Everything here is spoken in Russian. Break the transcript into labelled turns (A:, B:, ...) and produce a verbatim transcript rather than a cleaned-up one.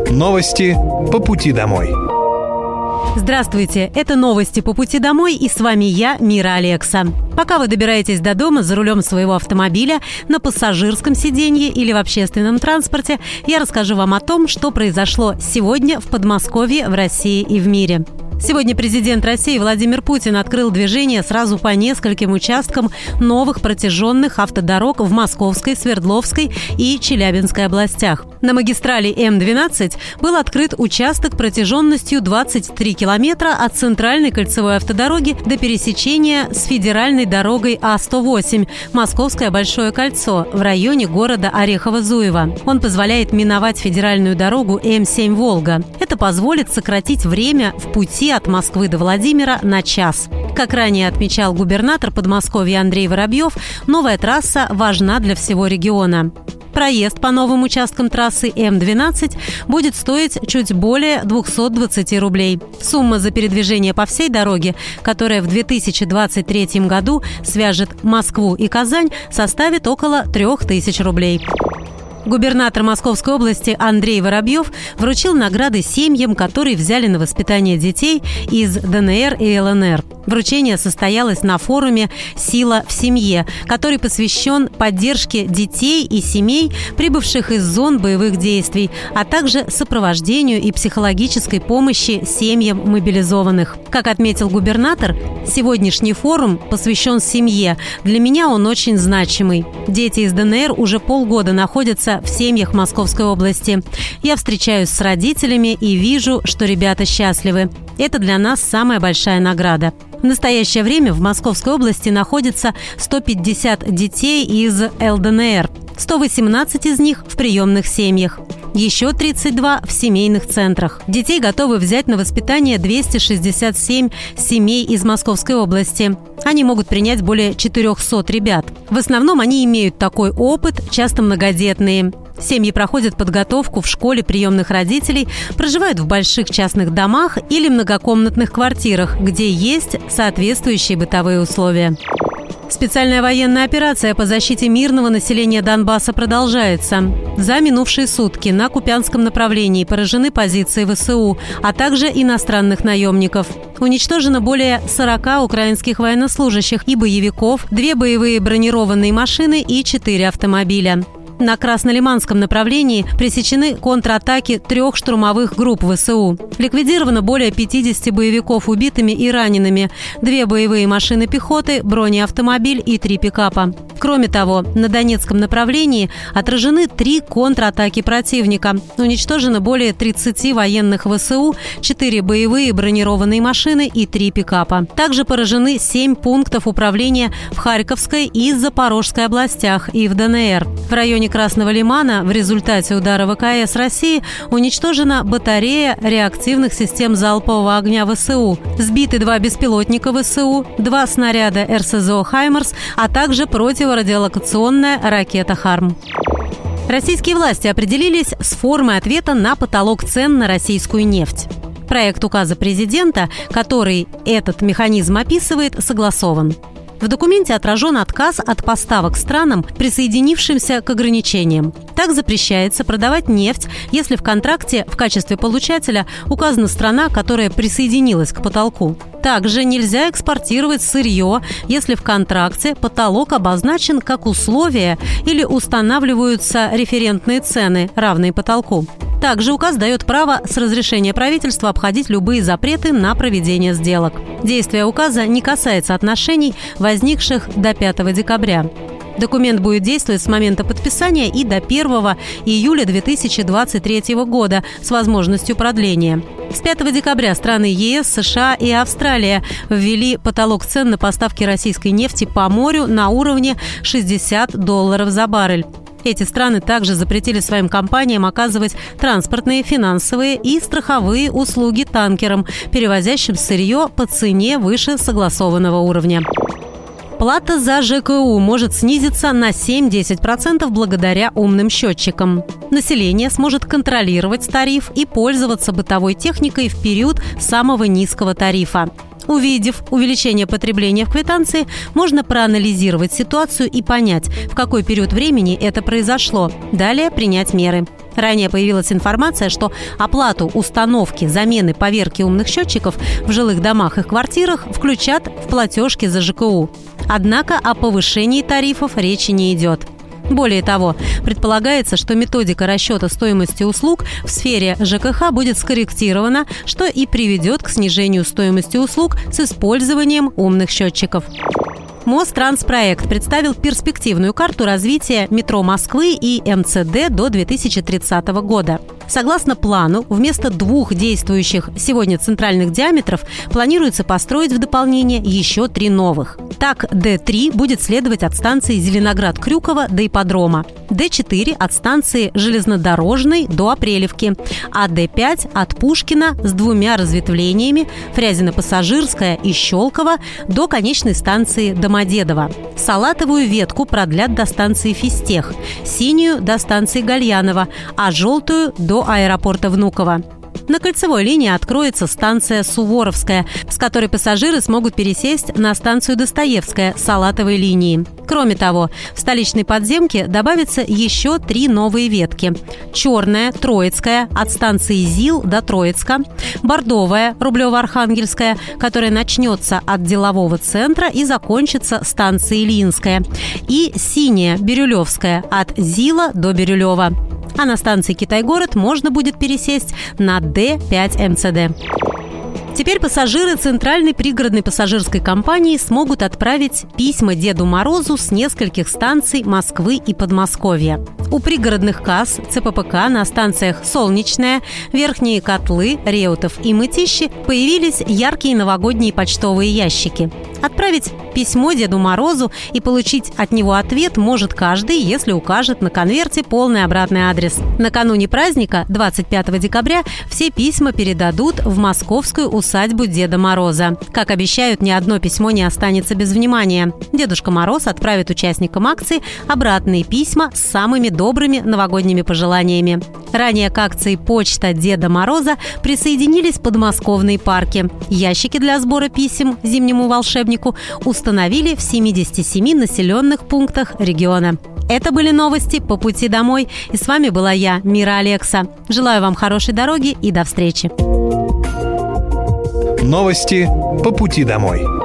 A: Новости по пути домой.
B: Здравствуйте, это новости по пути домой, и с вами я, Мира Алекса. Пока вы добираетесь до дома за рулем своего автомобиля, на пассажирском сиденье или в общественном транспорте, я расскажу вам о том, что произошло сегодня в Подмосковье, в России и в мире. Сегодня президент России Владимир Путин открыл движение сразу по нескольким участкам новых протяженных автодорог в Московской, Свердловской и Челябинской областях. На магистрали Эм двенадцать был открыт участок протяженностью двадцать три километра от центральной кольцевой автодороги до пересечения с федеральной дорогой А сто восемь Московское Большое кольцо в районе города Орехово-Зуево. Он позволяет миновать федеральную дорогу Эм семь Волга. Это позволит сократить время в пути от Москвы до Владимира на час. Как ранее отмечал губернатор Подмосковья Андрей Воробьев, новая трасса важна для всего региона. Проезд по новым участкам трассы Эм двенадцать будет стоить чуть более двести двадцать рублей. Сумма за передвижение по всей дороге, которая в две тысячи двадцать третьем году свяжет Москву и Казань, составит около трех тысяч рублей. Губернатор Московской области Андрей Воробьев вручил награды семьям, которые взяли на воспитание детей из Дэ Эн Эр и Эл Эн Эр. Вручение состоялось на форуме «Сила в семье», который посвящен поддержке детей и семей, прибывших из зон боевых действий, а также сопровождению и психологической помощи семьям мобилизованных. Как отметил губернатор, сегодняшний форум посвящен семье. Для меня он очень значимый. Дети из Дэ Эн Эр уже полгода находятся в семьях Московской области. Я встречаюсь с родителями и вижу, что ребята счастливы. Это для нас самая большая награда. В настоящее время в Московской области находится сто пятьдесят детей из Эл Дэ Эн Эр, сто восемнадцать из них в приемных семьях, еще тридцать два в семейных центрах. Детей готовы взять на воспитание двести шестьдесят семь семей из Московской области. Они могут принять более четырехсот ребят. В основном они имеют такой опыт, часто многодетные. Семьи проходят подготовку в школе приемных родителей, проживают в больших частных домах или многокомнатных квартирах, где есть соответствующие бытовые условия. Специальная военная операция по защите мирного населения Донбасса продолжается. За минувшие сутки на Купянском направлении поражены позиции вэ эс у, а также иностранных наемников. Уничтожено более сорока украинских военнослужащих и боевиков, две боевые бронированные машины и четыре автомобиля. На Краснолиманском направлении пресечены контратаки трех штурмовых групп вэ эс у. Ликвидировано более пятидесяти боевиков убитыми и ранеными, две боевые машины пехоты, бронеавтомобиль и три пикапа. Кроме того, на Донецком направлении отражены три контратаки противника. Уничтожено более тридцати военных вэ эс у, четыре боевые бронированные машины и три пикапа. Также поражены семь пунктов управления в Харьковской и Запорожской областях и в Дэ Эн Эр. В районе Красного Лимана в результате удара вэ ка эс России уничтожена батарея реактивных систем залпового огня вэ эс у. Сбиты два беспилотника вэ эс у, два снаряда эр эс зэ о «Хаймарс», а также противорадиолокационная ракета «Харм». Российские власти определились с формой ответа на потолок цен на российскую нефть. Проект указа президента, который этот механизм описывает, согласован. В документе отражен отказ от поставок странам, присоединившимся к ограничениям. Так запрещается продавать нефть, если в контракте в качестве получателя указана страна, которая присоединилась к потолку. Также нельзя экспортировать сырье, если в контракте потолок обозначен как условие или устанавливаются референтные цены, равные потолку. Также указ дает право с разрешения правительства обходить любые запреты на проведение сделок. Действие указа не касается отношений, возникших до пятого декабря. Документ будет действовать с момента подписания и до первого июля две тысячи двадцать третьего года с возможностью продления. С пятого декабря страны Е Эс, США и Австралия ввели потолок цен на поставки российской нефти по морю на уровне шестьдесят долларов за баррель. Эти страны также запретили своим компаниям оказывать транспортные, финансовые и страховые услуги танкерам, перевозящим сырье по цене выше согласованного уровня. Плата за Жэ Ка У может снизиться на семь-десять процентов благодаря умным счетчикам. Население сможет контролировать тариф и пользоваться бытовой техникой в период самого низкого тарифа. Увидев увеличение потребления в квитанции, можно проанализировать ситуацию и понять, в какой период времени это произошло. Далее принять меры. Ранее появилась информация, что оплату установки, замены, поверки умных счетчиков в жилых домах и квартирах включат в платежки за ЖКУ. Однако о повышении тарифов речи не идет. Более того, предполагается, что методика расчета стоимости услуг в сфере ЖКХ будет скорректирована, что и приведет к снижению стоимости услуг с использованием умных счетчиков. Мостранспроект представил перспективную карту развития метро Москвы и МЦД до две тысячи тридцатого года. Согласно плану, вместо двух действующих сегодня центральных диаметров планируется построить в дополнение еще три новых. Так, Д три будет следовать от станции Зеленоград-Крюково до ипподрома, Д четыре от станции Железнодорожной до Апрелевки, а Д пять от Пушкина с двумя разветвлениями Фрязино-Пассажирская и Щелково до конечной станции Домодедово. Салатовую ветку продлят до станции Фистех, синюю до станции Гальянова, а желтую до аэропорта Внуково. На кольцевой линии откроется станция Суворовская, с которой пассажиры смогут пересесть на станцию Достоевская Салатовой линии. Кроме того, в столичной подземке добавится еще три новые ветки. Черная, Троицкая, от станции ЗИЛ до Троицка, бордовая, Рублево-Архангельская, которая начнется от делового центра и закончится станцией Ильинская, и синяя, Бирюлевская, от ЗИЛа до Бирюлева. А на станции Китай-город можно будет пересесть на Д пять МЦД. Теперь пассажиры Центральной пригородной пассажирской компании смогут отправить письма Деду Морозу с нескольких станций Москвы и Подмосковья. У пригородных касс ЦППК на станциях Солнечная, Верхние Котлы, Реутов и Мытищи появились яркие новогодние почтовые ящики. Отправить письмо Деду Морозу и получить от него ответ может каждый, если укажет на конверте полный обратный адрес. Накануне праздника, двадцать пятого декабря, все письма передадут в московскую усадьбу Деда Мороза. Как обещают, ни одно письмо не останется без внимания. Дедушка Мороз отправит участникам акции обратные письма с самыми добрыми новогодними пожеланиями. Ранее к акции «Почта Деда Мороза» присоединились подмосковные парки. Ящики для сбора писем зимнему волшебнику установили в семидесяти семи населенных пунктах региона. Это были новости по пути домой. И с вами была я, Мира Алекса. Желаю вам хорошей дороги и до встречи.
A: Новости по пути домой.